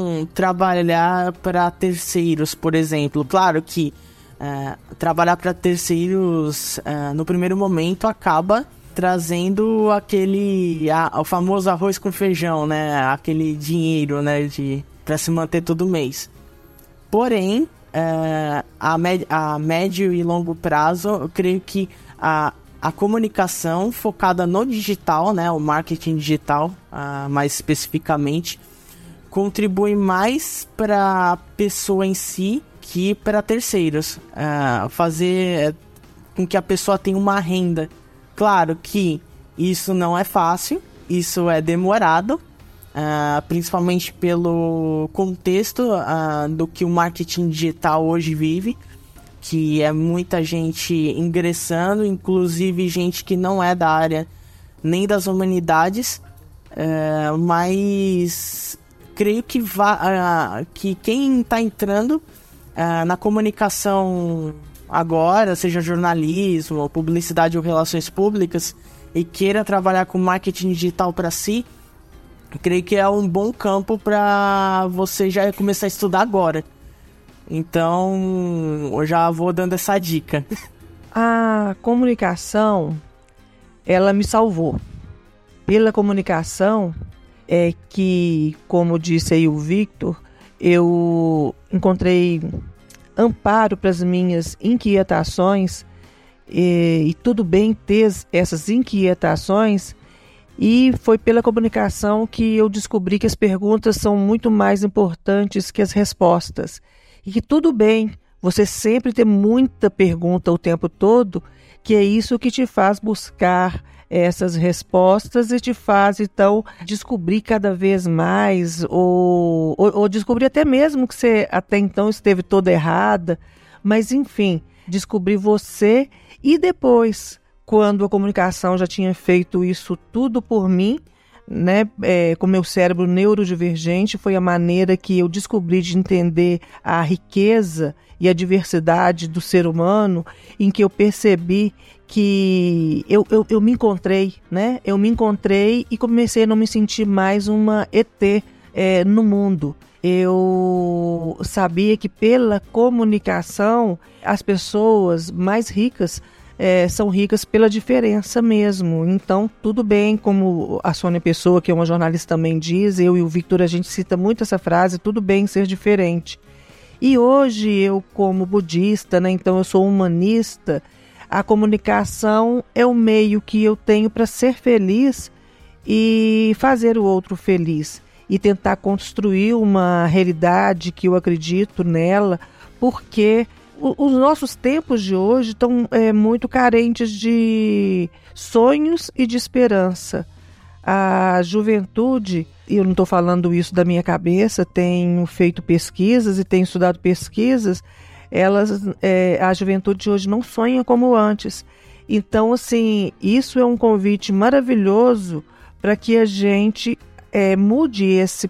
trabalhar para terceiros, por exemplo. Claro que uh, trabalhar para terceiros, uh, no primeiro momento, acaba trazendo aquele, a, o famoso arroz com feijão, né? Aquele dinheiro, né? De, pra se manter todo mês. Porém, é, a, med, a médio e longo prazo, eu creio que a, a comunicação focada no digital, né? O marketing digital, uh, mais especificamente, contribui mais para a pessoa em si que para terceiros. Uh, fazer com que a pessoa tenha uma renda. Claro que isso não é fácil, isso é demorado, uh, principalmente pelo contexto uh, do que o marketing digital hoje vive, que é muita gente ingressando, inclusive gente que não é da área nem das humanidades, uh, mas creio que, va- uh, que quem está entrando uh, na comunicação agora, seja jornalismo, publicidade ou relações públicas, e queira trabalhar com marketing digital para si, creio que é um bom campo para você já começar a estudar agora. Então, eu já vou dando essa dica. A comunicação, ela me salvou. Pela comunicação é que, como disse aí o Victor, eu encontrei amparo para as minhas inquietações, e, e tudo bem ter essas inquietações, e foi pela comunicação que eu descobri que as perguntas são muito mais importantes que as respostas, e que tudo bem você sempre ter muita pergunta o tempo todo, que é isso que te faz buscar essas respostas e te faz, então, descobrir cada vez mais, ou, ou, ou descobrir até mesmo que você até então esteve toda errada, mas, enfim, descobrir você. E depois, quando a comunicação já tinha feito isso tudo por mim, né, é, com meu cérebro neurodivergente, foi a maneira que eu descobri de entender a riqueza e a diversidade do ser humano, em que eu percebi que eu, eu, eu me encontrei, né? Eu me encontrei e comecei a não me sentir mais uma E T é, no mundo. Eu sabia que pela comunicação as pessoas mais ricas é, são ricas pela diferença mesmo. Então, tudo bem, como a Sônia Pessoa, que é uma jornalista, também diz, eu e o Victor, a gente cita muito essa frase, tudo bem ser diferente. E hoje eu, como budista, né, então eu sou humanista, a comunicação é o meio que eu tenho para ser feliz e fazer o outro feliz. E tentar construir uma realidade que eu acredito nela, porque o, os nossos tempos de hoje estão é, muito carentes de sonhos e de esperança. A juventude, e eu não estou falando isso da minha cabeça, tenho feito pesquisas e tenho estudado pesquisas, elas, é, a juventude de hoje não sonha como antes. Então, assim, isso é um convite maravilhoso para que a gente é, mude esse,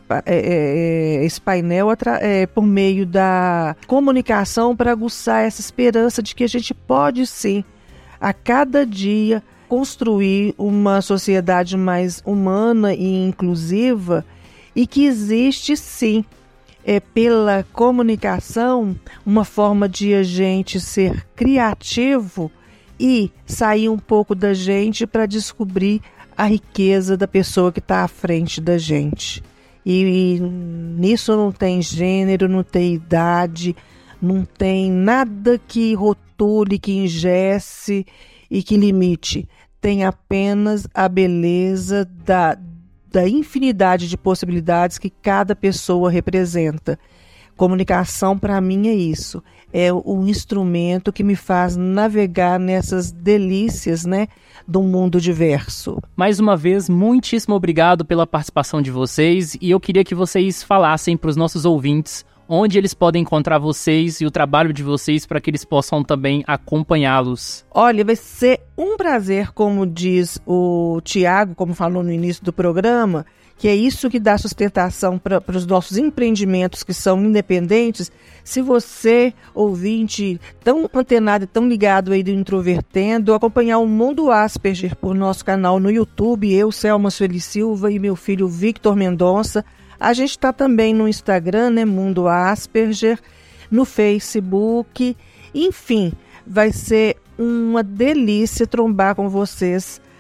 é, esse painel é, por meio da comunicação para aguçar essa esperança de que a gente pode, sim, a cada dia, construir uma sociedade mais humana e inclusiva, e que existe, sim, é, pela comunicação, uma forma de a gente ser criativo e sair um pouco da gente para descobrir a riqueza da pessoa que está à frente da gente. E, e nisso não tem gênero, não tem idade, não tem nada que rotule, que engesse e que limite. Tem apenas a beleza da, da infinidade de possibilidades que cada pessoa representa. Comunicação, para mim, é isso. É um instrumento que me faz navegar nessas delícias, né, do mundo diverso. Mais uma vez, muitíssimo obrigado pela participação de vocês, e eu queria que vocês falassem para os nossos ouvintes onde eles podem encontrar vocês e o trabalho de vocês para que eles possam também acompanhá-los. Olha, vai ser um prazer, como diz o Tiago, como falou no início do programa, que é isso que dá sustentação para os nossos empreendimentos que são independentes. Se você, ouvinte, tão antenado e tão ligado aí do Introvertendo, acompanhar o Mundo Asperger por nosso canal no YouTube, eu, Selma Sueli Silva, e meu filho Victor Mendonça. A gente está também no Instagram, né, Mundo Asperger, no Facebook, enfim, vai ser uma delícia trombar com vocês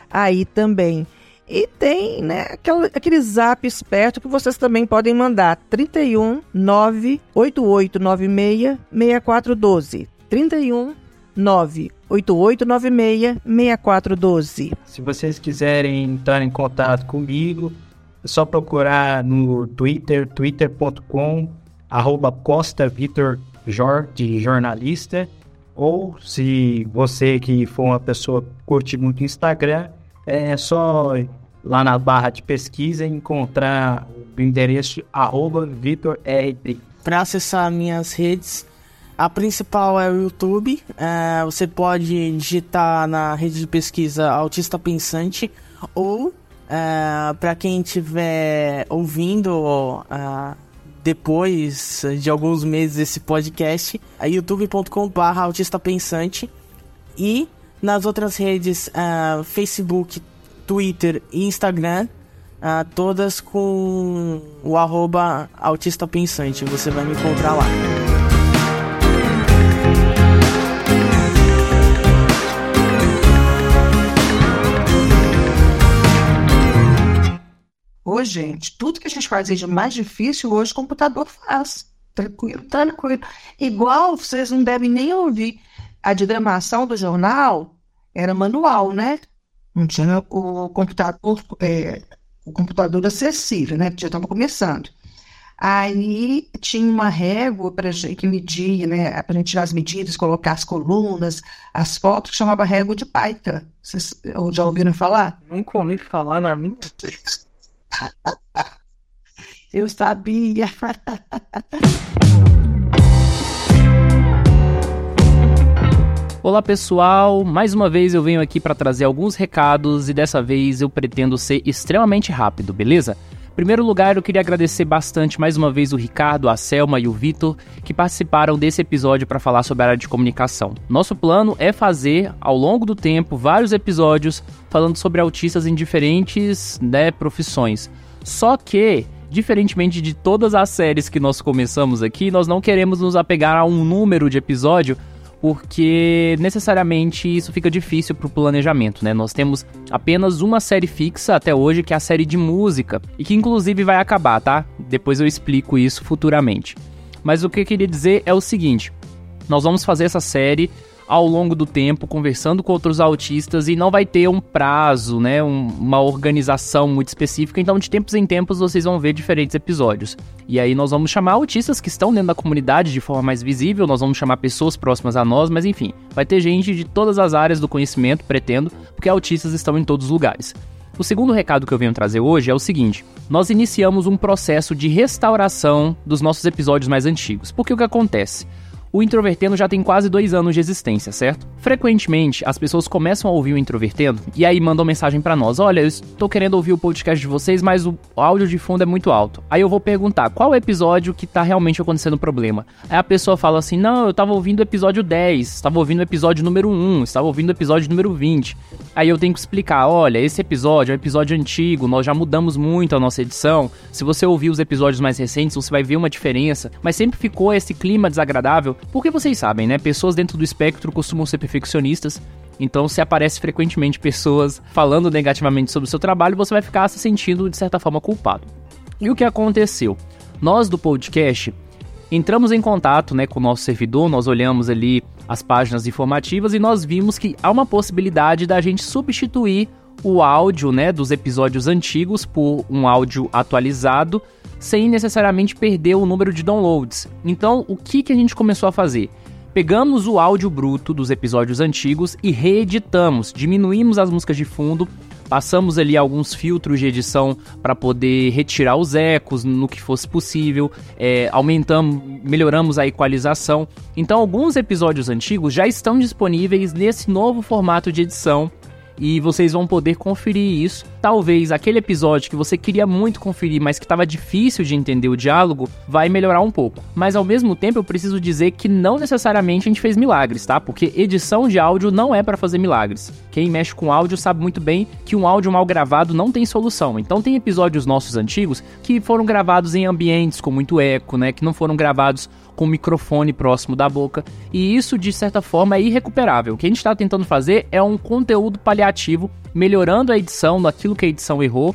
aí também. E tem, né, aquele, aquele zap esperto que vocês também podem mandar, trinta e um, nove oito oito nove seis, seis quatro um dois. trinta e um, nove oito oito nove seis, seis quatro um dois. Se vocês quiserem entrar em contato comigo, é só procurar no Twitter, twitter ponto com, arroba Costa Vitor Jor, de jornalista. Ou se você que for uma pessoa que curte muito o Instagram, é só lá na barra de pesquisa encontrar o endereço arroba Vitor R D. Para acessar minhas redes, a principal é o YouTube. É, você pode digitar na rede de pesquisa Autista Pensante, ou é, para quem estiver ouvindo é, depois de alguns meses esse podcast, é youtube ponto com barra Autista Pensante. E nas outras redes, uh, Facebook, Twitter e Instagram, uh, todas com o arroba Autista Pensante. Você vai me encontrar lá. Ô, gente, tudo que a gente fazia de mais difícil, hoje o computador faz. Tranquilo, tranquilo. Igual, vocês não devem nem ouvir. A diagramação do jornal era manual, né? Não tinha o computador, é, o computador acessível, né? Que já estava começando. Aí tinha uma régua para gente que media, né? Para a gente tirar as medidas, colocar as colunas, as fotos, que chamava régua de Paita. Vocês já ouviram falar? Nunca ouvi falar na minha. Eu sabia. Olá pessoal, mais uma vez eu venho aqui para trazer alguns recados e dessa vez eu pretendo ser extremamente rápido, beleza? Em primeiro lugar, eu queria agradecer bastante mais uma vez o Ricardo, a Selma e o Vitor que participaram desse episódio para falar sobre a área de comunicação. Nosso plano é fazer, ao longo do tempo, vários episódios falando sobre autistas em diferentes, né, profissões. Só que, diferentemente de todas as séries que nós começamos aqui, nós não queremos nos apegar a um número de episódio, porque necessariamente isso fica difícil para o planejamento, né? Nós temos apenas uma série fixa até hoje, que é a série de música, e que inclusive vai acabar, tá? Depois eu explico isso futuramente. Mas o que eu queria dizer é o seguinte: nós vamos fazer essa série ao longo do tempo, conversando com outros autistas, e não vai ter um prazo, né, um, uma organização muito específica, então de tempos em tempos vocês vão ver diferentes episódios. E aí nós vamos chamar autistas que estão dentro da comunidade de forma mais visível, nós vamos chamar pessoas próximas a nós, mas enfim, vai ter gente de todas as áreas do conhecimento, pretendo, porque autistas estão em todos os lugares. O segundo recado que eu venho trazer hoje é o seguinte: nós iniciamos um processo de restauração dos nossos episódios mais antigos. Porque o que acontece? O Introvertendo já tem quase dois anos de existência, certo? Frequentemente, as pessoas começam a ouvir o Introvertendo e aí mandam mensagem pra nós: olha, eu estou querendo ouvir o podcast de vocês, mas o áudio de fundo é muito alto. Aí eu vou perguntar, qual episódio que tá realmente acontecendo o problema? Aí a pessoa fala assim: não, eu tava ouvindo o episódio dez, estava ouvindo o episódio número um, estava ouvindo o episódio número vinte. Aí eu tenho que explicar: olha, esse episódio é um episódio antigo, nós já mudamos muito a nossa edição. Se você ouvir os episódios mais recentes, você vai ver uma diferença, mas sempre ficou esse clima desagradável. Porque vocês sabem, né? Pessoas dentro do espectro costumam ser perfeccionistas. Então, se aparece frequentemente pessoas falando negativamente sobre o seu trabalho, você vai ficar se sentindo, de certa forma, culpado. E o que aconteceu? Nós do podcast entramos em contato, né, com o nosso servidor, nós olhamos ali as páginas informativas e nós vimos que há uma possibilidade da gente substituir o áudio, né, dos episódios antigos por um áudio atualizado, sem necessariamente perder o número de downloads. Então, o que, que a gente começou a fazer? Pegamos o áudio bruto dos episódios antigos e reeditamos, diminuímos as músicas de fundo, passamos ali alguns filtros de edição para poder retirar os ecos no que fosse possível, é, aumentamos, melhoramos a equalização. Então, alguns episódios antigos já estão disponíveis nesse novo formato de edição, e vocês vão poder conferir isso. Talvez aquele episódio que você queria muito conferir, mas que estava difícil de entender o diálogo, vai melhorar um pouco. Mas ao mesmo tempo eu preciso dizer que não necessariamente a gente fez milagres, tá? Porque edição de áudio não é para fazer milagres. Quem mexe com áudio sabe muito bem que um áudio mal gravado não tem solução. Então tem episódios nossos antigos que foram gravados em ambientes com muito eco, né? Que não foram gravados com o microfone próximo da boca. E isso, de certa forma, é irrecuperável. O que a gente está tentando fazer é um conteúdo paliativo criativo, melhorando a edição, daquilo que a edição errou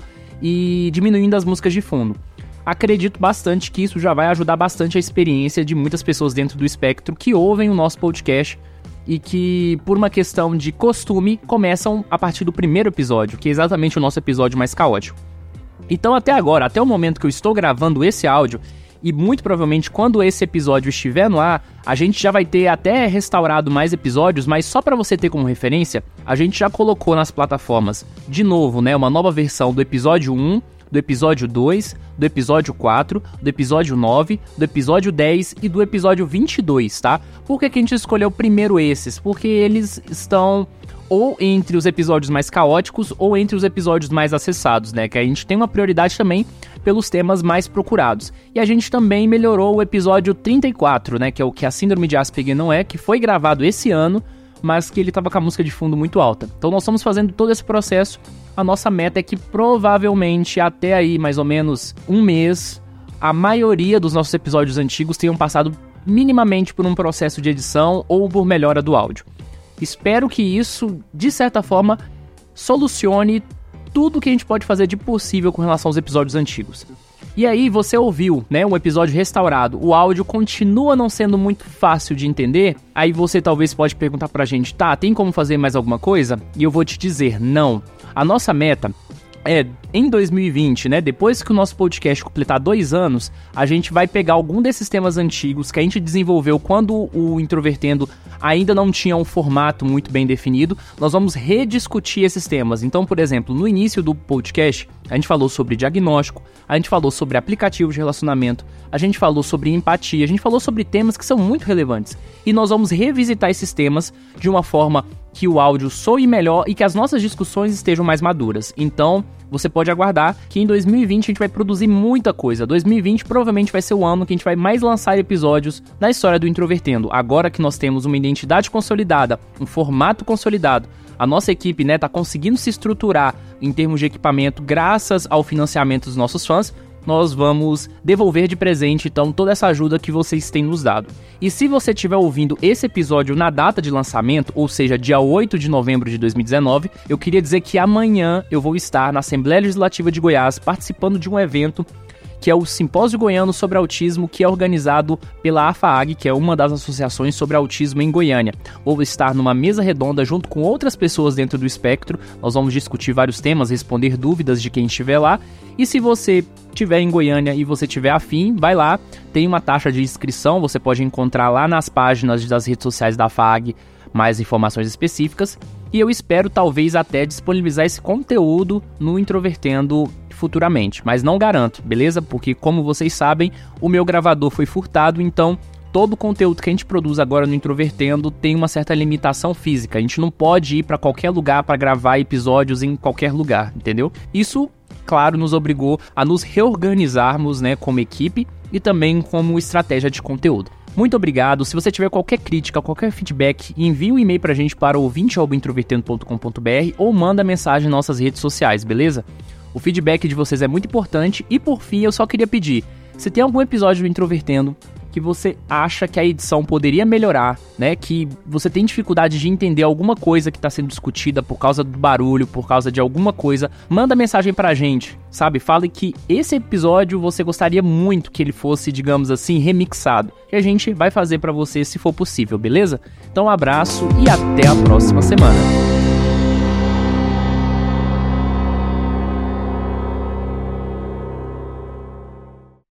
e diminuindo as músicas de fundo. Acredito bastante que isso já vai ajudar bastante a experiência de muitas pessoas dentro do espectro que ouvem o nosso podcast e que, por uma questão de costume, começam a partir do primeiro episódio, que é exatamente o nosso episódio mais caótico. Então, até agora, até o momento que eu estou gravando esse áudio, e muito provavelmente quando esse episódio estiver no ar, a gente já vai ter até restaurado mais episódios, mas só para você ter como referência, a gente já colocou nas plataformas, de novo, né, uma nova versão do episódio um, do episódio dois, do episódio quatro, do episódio nove, do episódio dez e do episódio vinte e dois, tá? Por que que a gente escolheu primeiro esses? Porque eles estão ou entre os episódios mais caóticos ou entre os episódios mais acessados, né? Que a gente tem uma prioridade também pelos temas mais procurados. E a gente também melhorou o episódio trinta e quatro, né? Que é o que a Síndrome de Asperger não é, que foi gravado esse ano, mas que ele tava com a música de fundo muito alta. Então nós estamos fazendo todo esse processo. A nossa meta é que provavelmente até aí, mais ou menos um mês, a maioria dos nossos episódios antigos tenham passado minimamente por um processo de edição ou por melhora do áudio. Espero que isso, de certa forma, solucione tudo que a gente pode fazer de possível com relação aos episódios antigos. E aí, você ouviu, né, um episódio restaurado, o áudio continua não sendo muito fácil de entender, aí você talvez pode perguntar pra gente, tá, tem como fazer mais alguma coisa? E eu vou te dizer, não. A nossa meta é, em dois mil e vinte, né, depois que o nosso podcast completar dois anos, a gente vai pegar algum desses temas antigos que a gente desenvolveu quando o Introvertendo ainda não tinha um formato muito bem definido, nós vamos rediscutir esses temas. Então, por exemplo, no início do podcast, a gente falou sobre diagnóstico, a gente falou sobre aplicativos de relacionamento, a gente falou sobre empatia, a gente falou sobre temas que são muito relevantes. E nós vamos revisitar esses temas de uma forma que o áudio soe melhor e que as nossas discussões estejam mais maduras. Então, você pode aguardar que em dois mil e vinte a gente vai produzir muita coisa. dois mil e vinte provavelmente vai ser o ano que a gente vai mais lançar episódios na história do Introvertendo. Agora que nós temos uma identidade consolidada, um formato consolidado, a nossa equipe, né, tá conseguindo se estruturar em termos de equipamento graças ao financiamento dos nossos fãs, nós vamos devolver de presente, então, toda essa ajuda que vocês têm nos dado. E se você estiver ouvindo esse episódio na data de lançamento, ou seja, dia oito de novembro de dois mil e dezenove, eu queria dizer que amanhã eu vou estar na Assembleia Legislativa de Goiás participando de um evento que é o Simpósio Goiano sobre Autismo, que é organizado pela AFAAG, que é uma das associações sobre autismo em Goiânia. Vou estar numa mesa redonda junto com outras pessoas dentro do espectro, nós vamos discutir vários temas, responder dúvidas de quem estiver lá, e se você estiver em Goiânia e você tiver afim, vai lá, tem uma taxa de inscrição, você pode encontrar lá nas páginas das redes sociais da AFAAG mais informações específicas, e eu espero talvez até disponibilizar esse conteúdo no Introvertendo futuramente, mas não garanto, beleza? Porque como vocês sabem, o meu gravador foi furtado, então todo o conteúdo que a gente produz agora no Introvertendo tem uma certa limitação física, a gente não pode ir para qualquer lugar para gravar episódios em qualquer lugar, entendeu? Isso, claro, nos obrigou a nos reorganizarmos, né, como equipe e também como estratégia de conteúdo. Muito obrigado. Se você tiver qualquer crítica, qualquer feedback, envie um e-mail pra gente para ouvinte arroba introvertendo ponto com ponto b r ou manda mensagem nas nossas redes sociais, beleza? O feedback de vocês é muito importante e, por fim, eu só queria pedir, se tem algum episódio do Introvertendo que você acha que a edição poderia melhorar, né, que você tem dificuldade de entender alguma coisa que está sendo discutida por causa do barulho, por causa de alguma coisa, manda mensagem pra gente, sabe? Fale que esse episódio você gostaria muito que ele fosse, digamos assim, remixado, que a gente vai fazer pra você se for possível, beleza? Então um abraço e até a próxima semana.